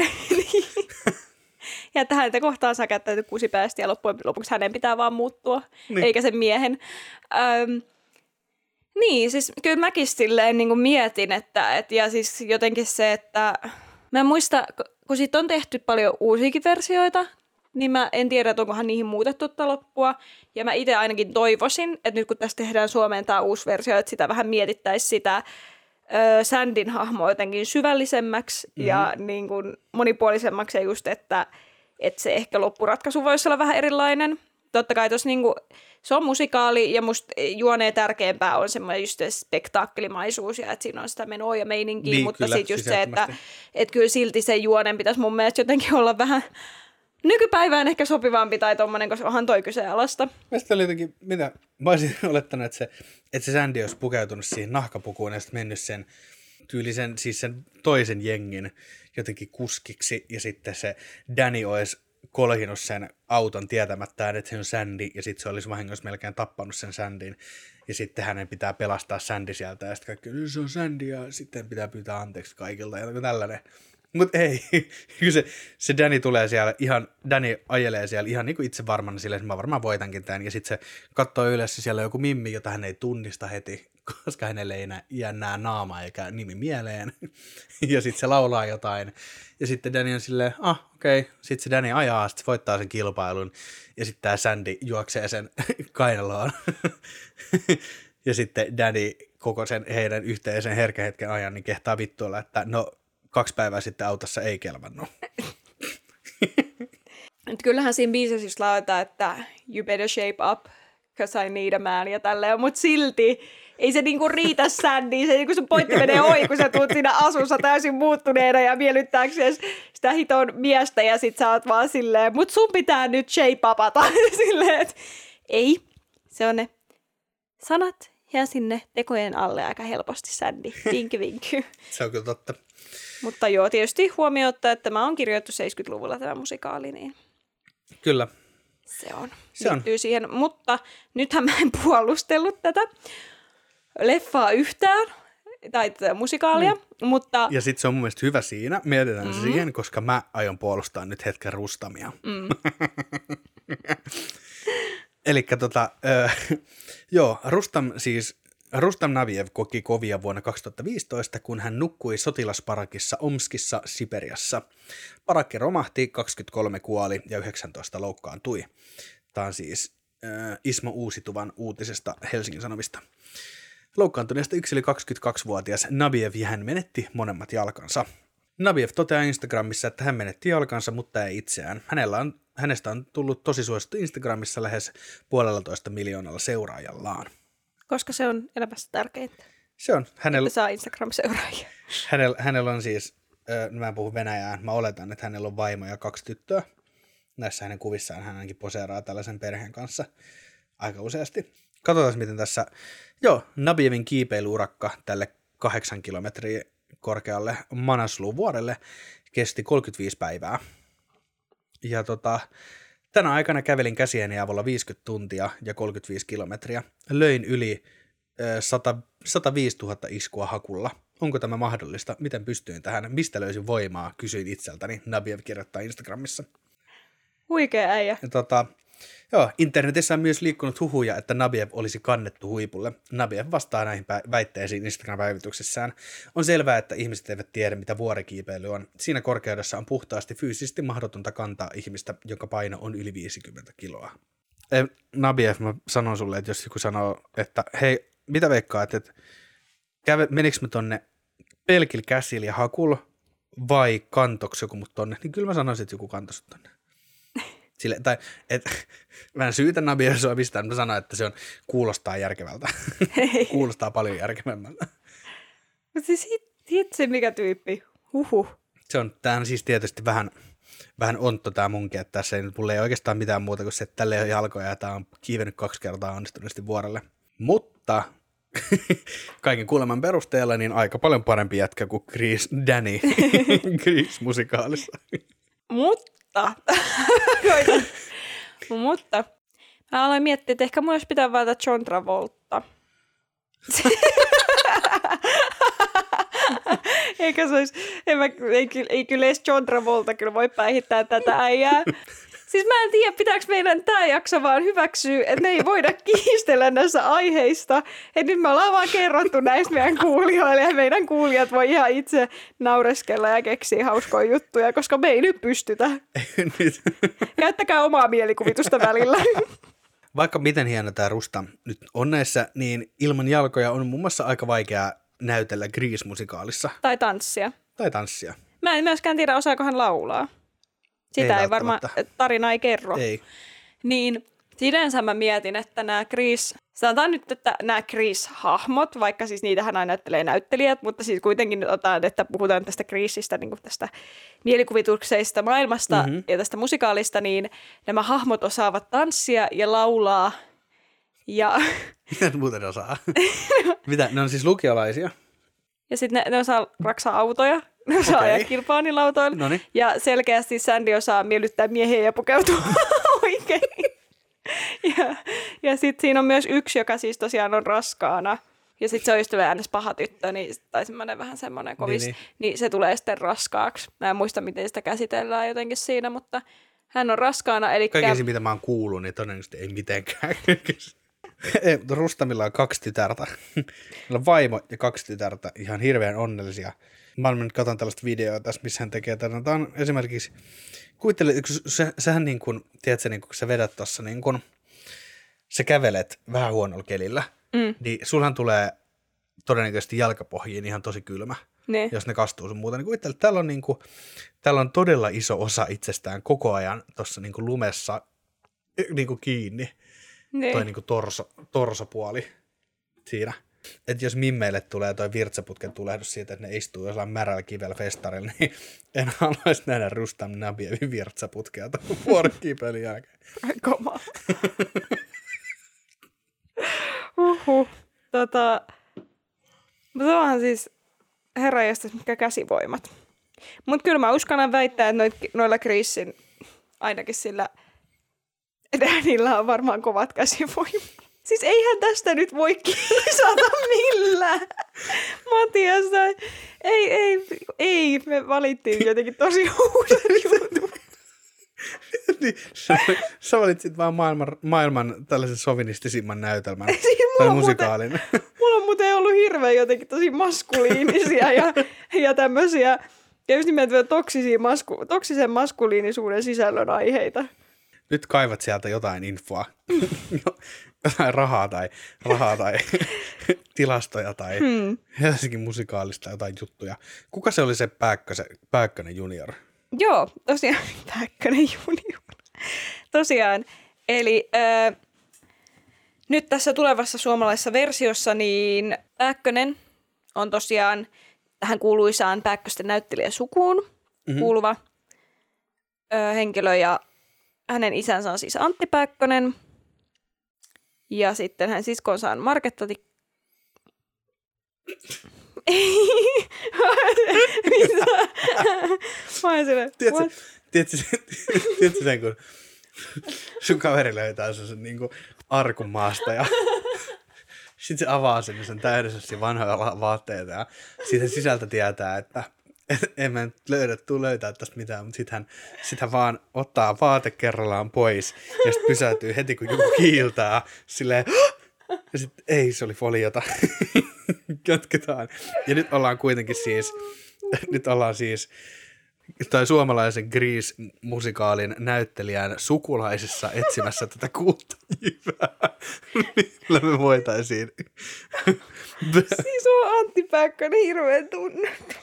Ja että häntä kohtaan saa käyttää kusipäästä ja loppujen lopuksi hänen pitää vaan muuttua, eikä sen miehen. Niin, siis kyllä mäkin silleen niin kuin mietin, että ja siis jotenkin se, että mä en muista, kun siitä on tehty paljon uusiakin versioita, niin mä en tiedä, että onkohan niihin muutettu tätä loppua. Ja mä itse ainakin toivoisin, että nyt kun tässä tehdään Suomeen tämä uusi versio, että sitä vähän mietittäisiin sitä Sandin hahmoa jotenkin syvällisemmäksi ja niin kuin monipuolisemmaksi ja just, että se ehkä loppuratkaisu voisi olla vähän erilainen. Totta kai tuossa niinku, se on musikaali ja musta juoneen tärkeämpää on semmoinen just spektaakkelimaisuus ja että siinä on sitä menoa ja meininkiä, niin, mutta sitten just se, että kyllä silti se juonen pitäisi mun mielestä jotenkin olla vähän nykypäivään ehkä sopivampi tai tommonen, koska onhan toi kyseenalaista. Mielestäni oli jotenkin, mitä, mä olisin olettanut, että se Sandy olisi pukeutunut siihen nahkapukuun ja sitten mennyt sen tyylisen, siis sen toisen jengin jotenkin kuskiksi ja sitten se Danny olisi kolhinut sen auton tietämättään, että se on Sandy, ja sitten se olisi vahingossa melkein tappanut sen Sandyn, ja sitten hänen pitää pelastaa Sandy sieltä, ja sitten kaikki, se on Sandy, ja sitten pitää pyytää anteeksi kaikilta, ja tällainen. Mutta ei, kyllä se Danny tulee siellä, Danny ajelee siellä ihan niin kuin itse varmana silleen, että mä varmaan voitankin tämän, ja sitten se katsoo ylös, siellä on joku mimmi, jota hän ei tunnista heti, koska hänelle ei jää naamaa eikä nimi mieleen, ja sitten se laulaa jotain, ja sitten Danny on silleen, okei. Sitten se Danny ajaa, sitten voittaa sen kilpailun, ja sitten tämä Sandy juoksee sen kainaloon, ja sitten Danny koko sen heidän yhteisen herkän hetken ajan niin kehtaa vittuilla, että no 2 päivää sitten autossa ei kelvannut. Kyllähän siinä biisissä just lauletaan, että you better shape up, cause I need a man ja tälleen, mutta silti ei se niinku riitä Sandy, se niinku sun pointti menee ohi, kun sä tuut siinä asussa täysin muuttuneena ja miellyttääksesi sitä hiton miestä ja sit sä oot vaan silleen, mut sun pitää nyt shape upata silleen, että ei, se on ne sanat ja sinne tekojen alle aika helposti Sandy, vinkki vinkki. Se on kyllä totta. Mutta joo, tietysti huomioon ottaa, että tämä on kirjoittu 70-luvulla tämä musikaali, niin kyllä. Se on. Liittyy siihen, mutta nythän mä en puolustellut tätä leffaa yhtään, tai tätä musikaalia, mutta... Ja sitten se on mun mielestä hyvä siinä, mietitään se siihen, koska mä aion puolustaa nyt hetken Rustamia. Elikkä joo, Rustam Naviev koki kovia vuonna 2015, kun hän nukkui sotilasparakissa Omskissa, Siperiassa. Parakki romahti, 23 kuoli ja 19 loukkaantui. Tämä on siis Ismo Uusituvan uutisesta Helsingin Sanomista. Loukkaantuneesta yksi 22-vuotias Naviev ja hän menetti molemmat jalkansa. Naviev toteaa Instagramissa, että hän menetti jalkansa, mutta ei itseään. Hänestä on tullut tosi suosittu Instagramissa lähes 1,5 miljoonalla seuraajallaan. Koska se on elämässä tärkeintä. Se on. Että saa Instagram-seuraajia. Hänellä on siis, mä en puhu venäjää, mä oletan, että hänellä on vaimo ja 2 tyttöä. Näissä hänen kuvissaan hän ainakin poseeraa tällaisen perheen kanssa aika useasti. Katsotaan, miten tässä, Nabievin kiipeilyurakka tälle 8 kilometriä korkealle Manaslu-vuorelle kesti 35 päivää. Ja tänä aikana kävelin käsieni avulla 50 tuntia ja 35 kilometriä. Löin yli 105 000 iskua hakulla. Onko tämä mahdollista? Miten pystyin tähän? Mistä löysin voimaa? Kysyin itseltäni. Nabiev kirjoittaa Instagramissa. Huikea äijä. Internetissä on myös liikkunut huhuja, että Nabiev olisi kannettu huipulle. Nabiev vastaa näihin väitteisiin Instagram-päivityksessään. On selvää, että ihmiset eivät tiedä, mitä vuorikiipeily on. Siinä korkeudessa on puhtaasti fyysisesti mahdotonta kantaa ihmistä, jonka paino on yli 50 kiloa. Nabiev, mä sanon sulle, että jos joku sanoo, että hei, mitä veikkaat, että menikö mä tonne pelkillä käsillä ja hakulla vai kantoks joku mut tonne, niin kyllä mä sanoisin, että joku kantoisi tonne. Mä en syytä Nabiev sua mistään, mutta mä sanon, että se kuulostaa järkevältä. Kuulostaa paljon järkevämmältä. Mutta siis hitsi mikä tyyppi. Tää on siis tietysti vähän ontto tää munkin, että tässä mulla ei oikeastaan mitään muuta kuin se, että tälle ei ole jalkoja ja tää on kiivennyt 2 kertaa onnistuneesti vuorelle. Mutta kaiken kuuleman perusteella niin aika paljon parempi jätkä kuin Danny Grease-musikaalissa. Mutta mä aloin miettiä, että ehkä mun olisi pitää valita John Travolta. Eikä se olisi, ei kyllä edes John Travolta kyllä voi päihittää tätä äijää. Siis mä en tiedä, pitääkö meidän tämä jakso vaan hyväksyä, että me ei voida kiistellä näissä aiheista. Että nyt me ollaan vaan kerrottu näistä meidän kuulijoille ja meidän kuulijat voi ihan itse naureskella ja keksiä hauskoja juttuja, koska me ei nyt pystytä. Käyttäkää omaa mielikuvitusta välillä. Vaikka miten hieno tämä Rusta nyt on näissä, niin ilman jalkoja on muun muassa aika vaikea näytellä Grease-musikaalissa. Tai tanssia. Mä en myöskään tiedä, osaako hän laulaa. Sitä ei varmaan, tarina ei kerro. Ei. Niin sinänsä mä mietin, että sanotaan nyt, että nämä Grease-hahmot, vaikka siis niitähän aina näyttelee näyttelijät, mutta siis kuitenkin otetaan, että puhutaan tästä Greasesta, niin kuin tästä mielikuvitukseista maailmasta ja tästä musikaalista, niin nämä hahmot osaavat tanssia ja laulaa. Ja mitä ne muuten osaa? Mitä? Ne on siis lukiolaisia? Ja sitten ne osaa raksaa autoja. Ne osaa ajaa kilpaanilautoilla. Noniin. Ja selkeästi Sandy osaa miellyttää miehiä ja pukeutua oikein. Ja sitten siinä on myös yksi, joka siis tosiaan on raskaana. Ja sitten se on just äänessä paha tyttö, tai semmoinen vähän semmoinen kovis. Niin se tulee sitten raskaaksi. Mä en muista, miten sitä käsitellään jotenkin siinä, mutta hän on raskaana. Kaikki mitä mä oon kuullut, niin todennäköisesti ei mitenkään. Rustamilla on 2 tytärtä. Meillä on vaimo ja 2 tytärtä, ihan hirveän onnellisia. Mä nyt katson tällaista videoa tässä, missä hän tekee tätä. Tämä on esimerkiksi, kuvittele, sähän niin kuin, tiedätkö, niin kun sä vedät tuossa, niin kun sä kävelet vähän huonolla kelillä, niin sulhan tulee todennäköisesti jalkapohjiin ihan tosi kylmä, jos ne kastuu sun muuta. Niin kuvittele, että täällä on todella iso osa itsestään koko ajan tuossa niin kuin lumessa niin kuin kiinni. Toi niin kuin torsopuoli siinä. Että jos mimmeille tulee toi virtsaputken tulehdus siitä, että ne istuu jossain märällä kivellä festarilla, niin en haluaisi nähdä Rustam Nabievin virtsaputkea tuon vuorikiipeilyn jälkeen. Koma. Mutta onhan siis herranjestas mitkä käsivoimat. Mutta kyllä mä uskallan väittää, että noilla Greasen, ainakin sillä Dannyllä on varmaan kovat käsivoimat. Siis eihän tästä nyt voi kiisata millään. Matias, ei, me valittiin jotenkin tosi huusen jutun. Niin, sä valitsit vaan maailman tällaisen sovinistisimman näytelmän tai musikaalin. Mulla on muuten ollut hirveän jotenkin tosi maskuliinisia ja tämmöisiä, ja just nimenomaan toksisen maskuliinisuuden sisällön aiheita. Nyt kaivat sieltä jotain infoa, jotain rahaa tai tilastoja tai Helsingin musikaalista jotain juttuja. Kuka se oli se Pääkkönen junior? Joo, tosiaan Pääkkönen junior. Tosiaan, eli nyt tässä tulevassa suomalaisessa versiossa niin Pääkkönen on tosiaan tähän kuuluisaan Pääkkösten näyttelijäsukuun kuuluva henkilö ja hänen isänsä on siis Antti Pääkkönen. Ja sitten hän siskonsa on markettati... Mitä? Mä oon silleen, Tiedätkö sen, kun sun kaveri löytää sen niinku arkun maasta ja sitten se avaa sen täydessä vanhoja vaatteita ja siitä sisältä tietää, että en mä nyt löytää tästä mitään, mutta sitten hän vaan ottaa vaate kerrallaan pois ja sitten pysäytyy heti, kun joku kiiltää silleen, ja sitten ei, se oli foliota. Jatketaan. Ja nyt ollaan kuitenkin siis tai suomalaisen Grease-musikaalin näyttelijän sukulaisissa etsimässä tätä kultajyvää, millä me voitaisiin. Siis on Antti Päkkönen hirveän tunnettu.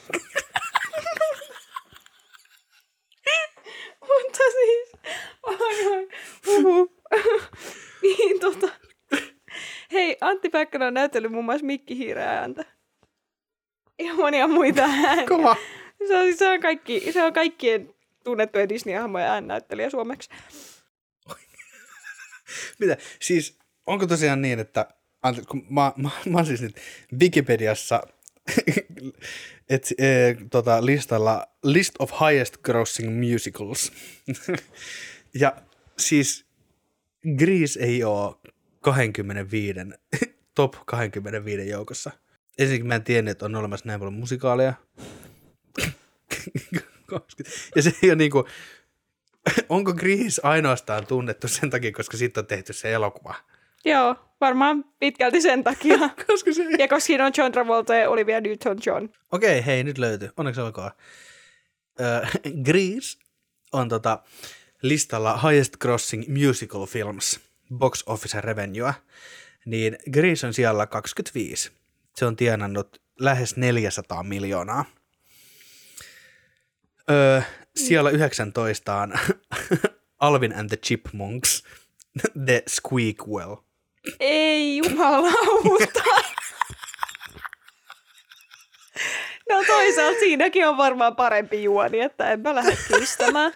Mutta siis, niin hei, Antti Päkkönen on näytellyt muun muassa Mikki Hiiren ääntä. Ja monia muita ääniä. Kova. Se on kaikkien tunnettujen Disney-hahmojen äännäyttelijä suomeksi. Mitä? Siis, onko tosiaan niin, että kun mä oon siis nyt Wikipediassa listalla List of Highest Grossing Musicals. Ja siis Grease ei ole 25, top 25 joukossa. Ensinnäkin mä en tiennyt, että on olemassa näin paljon musikaaleja. Ja se ei ole niinku, onko Grease ainoastaan tunnettu sen takia, koska siitä on tehty se elokuva? Joo, varmaan pitkälti sen takia. Koska se... Ja koska siinä on John Travolta ja Olivia Newton-John. Okei, hei, nyt löytyy. Onneksi olkoon. Grease on listalla Highest Grossing Musical Films, Box Office Revenue. Niin Grease on siellä 25. Se on tienannut lähes 400 miljoonaa. Siellä 19 on Alvin and the Chipmunks, The Squeakwell. Ei jumalauta. No toisaalta siinäkin on varmaan parempi juoni, että en mä lähde kiistämään.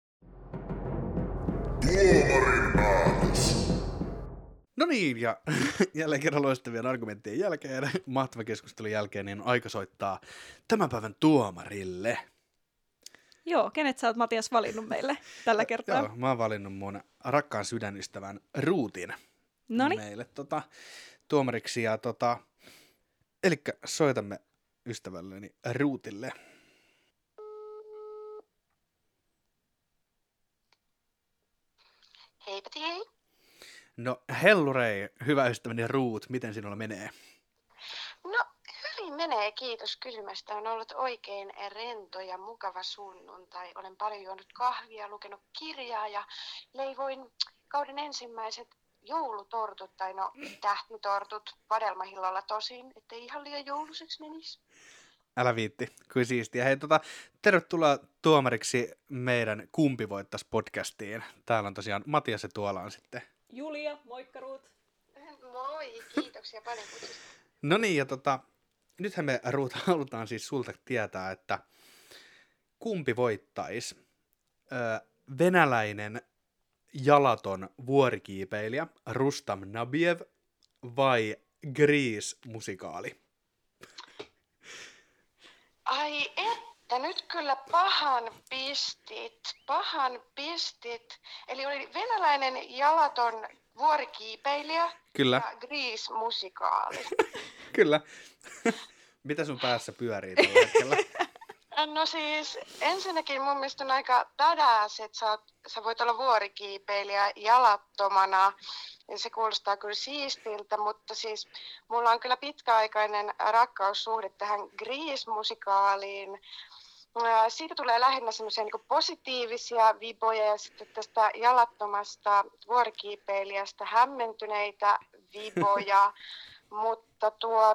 No niin, ja jälleen kerran loistavien argumenttien jälkeen, mahtavan keskustelun jälkeen, niin on aika soittaa tämän päivän tuomarille. Joo, kenet sä oot Matias valinnut meille tällä kertaa? Joo, mä oon valinnut mun rakkaan sydänystävän Ruutin meille tuomariksi. Ja elikkä soitamme ystävälleni Ruutille. Heipä hei. No hellurei, hyvä ystäväni Ruut, miten sinulla menee? No hyvin menee, kiitos kysymästä. On ollut oikein rento ja mukava sunnuntai. Olen paljon juonut kahvia, lukenut kirjaa ja leivoin kauden ensimmäiset joulutortut, tai no tähtitortut, vadelmahillolla tosin, ettei ihan liian jouluseksi menisi. Älä viitti, kuin siistiä. Hei, tervetuloa tuomariksi meidän Kumpi voittais podcastiin. Täällä on tosiaan Matias ja tuolla on sitten Julia, moikka Ruut. Moi, kiitoksia paljon kutsusta. No niin, ja nythän me Ruut halutaan siis sulta tietää, että kumpi voittaisi venäläinen jalaton vuorikiipeilijä Rustam Nabiev vai Grease-musikaali? Ai että, nyt kyllä pahan pistit. Eli oli venäläinen jalaton vuorikiipeilijä Kyllä. Ja Grease-musikaali. Kyllä. Mitä sun päässä pyörii tällä hetkellä? No siis ensinnäkin mun mielestä on aika badass, että sä voit olla vuorikiipeilijä jalattomana. Ja se kuulostaa kyllä siistiltä, mutta siis mulla on kyllä pitkäaikainen rakkaussuhde tähän Grease-musikaaliin. Siitä tulee lähinnä semmoisia niin positiivisia viboja ja sitten tästä jalattomasta vuorikiipeilijästä hämmentyneitä viboja. Mutta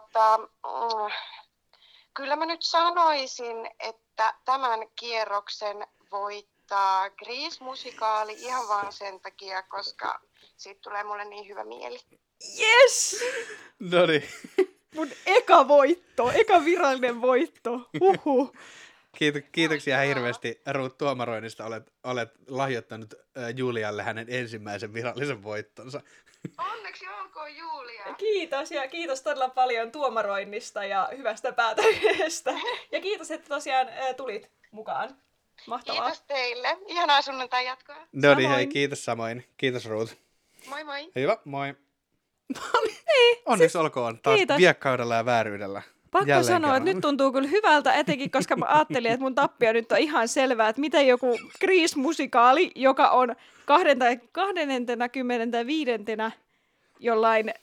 kyllä mä nyt sanoisin, että tämän kierroksen voittaa Grease-musikaali ihan vaan sen takia, koska siitä tulee mulle niin hyvä mieli. Yes! Noniin. Mun eka virallinen voitto. Huhhuh. Kiitoksia hirveästi Ruut tuomaroinnista. Olet lahjoittanut Julialle hänen ensimmäisen virallisen voittonsa. Onneksi olkoon, Julia. Kiitos ja kiitos todella paljon tuomaroinnista ja hyvästä päätöksestä. Ja kiitos, että tosiaan tulit mukaan. Mahtavaa. Kiitos teille. Ihanaa sunnuntai jatkoa. No niin, hei, kiitos samoin. Kiitos Ruth. Moi moi. Hyvä, moi. Onneksi olkoon taas kiitos. Viekkaudella ja vääryydellä. Pakko Jälleen sanoa, kerran. että nyt tuntuu kyllä hyvältä, etenkin koska mä ajattelin, että mun tappio nyt on ihan selvää, että miten joku Grease-musikaali, joka on 25. jollain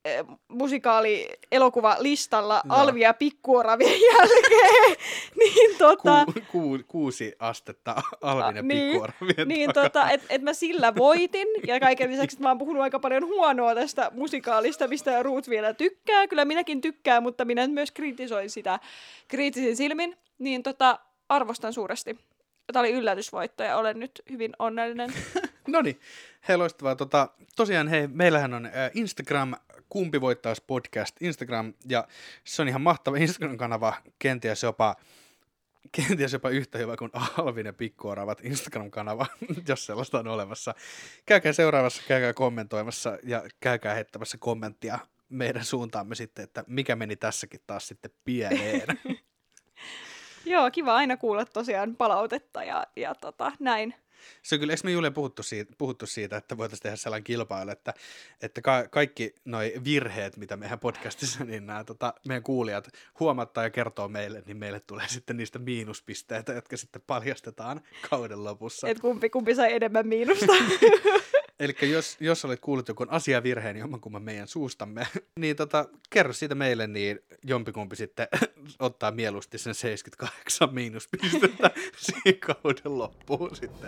musikaali-elokuvalistalla Alvi ja Pikkuoravien jälkeen, niin 6 astetta Alvin ja Pikkuoravien niin takana. et mä sillä voitin, ja kaiken lisäksi, että mä oon puhunut aika paljon huonoa tästä musikaalista, mistä Ruth vielä tykkää. Kyllä minäkin tykkään, mutta minä myös kritisoin sitä kriittisin silmin, niin arvostan suuresti. Tämä oli yllätysvoitto ja olen nyt hyvin onnellinen. Noniin, hei loistavaa. Tosiaan hei, meillähän on Instagram, Kumpi voittaisi podcast Instagram, ja se on ihan mahtava Instagram-kanava, kenties jopa yhtä hyvä kuin Alvin ja Pikkuoravat Instagram-kanava, jos sellaista on olemassa. Käykää seuraavassa, käykää kommentoimassa ja käykää heittämässä kommenttia meidän suuntaamme sitten, että mikä meni tässäkin taas sitten pieneen. Joo, kiva aina kuulla tosiaan palautetta ja näin. Se on kyllä, eikö me Julia puhuttu siitä, että voitaisiin tehdä sellainen kilpailu, että kaikki noi virheet, mitä meidän podcastissa, niin nämä meidän kuulijat huomattaa ja kertoo meille, niin meille tulee sitten niistä miinuspisteitä, jotka sitten paljastetaan kauden lopussa. Et kumpi sai enemmän miinusta. Eli jos olet kuullut joku asiavirheen jommankumman meidän suustamme, niin kerro siitä meille, niin jompikumpi sitten ottaa mieluusti sen 78 miinuspistettä siinä kauden loppuun sitten.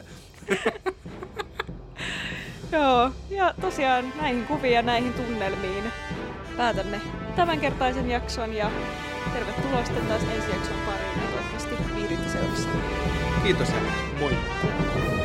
Joo, ja tosiaan näihin kuviin ja näihin tunnelmiin päätämme tämänkertaisen jakson ja tervetuloa sitten taas ensi jakson pariin ja toivottavasti viihdytte seurassa. Kiitos ja moi!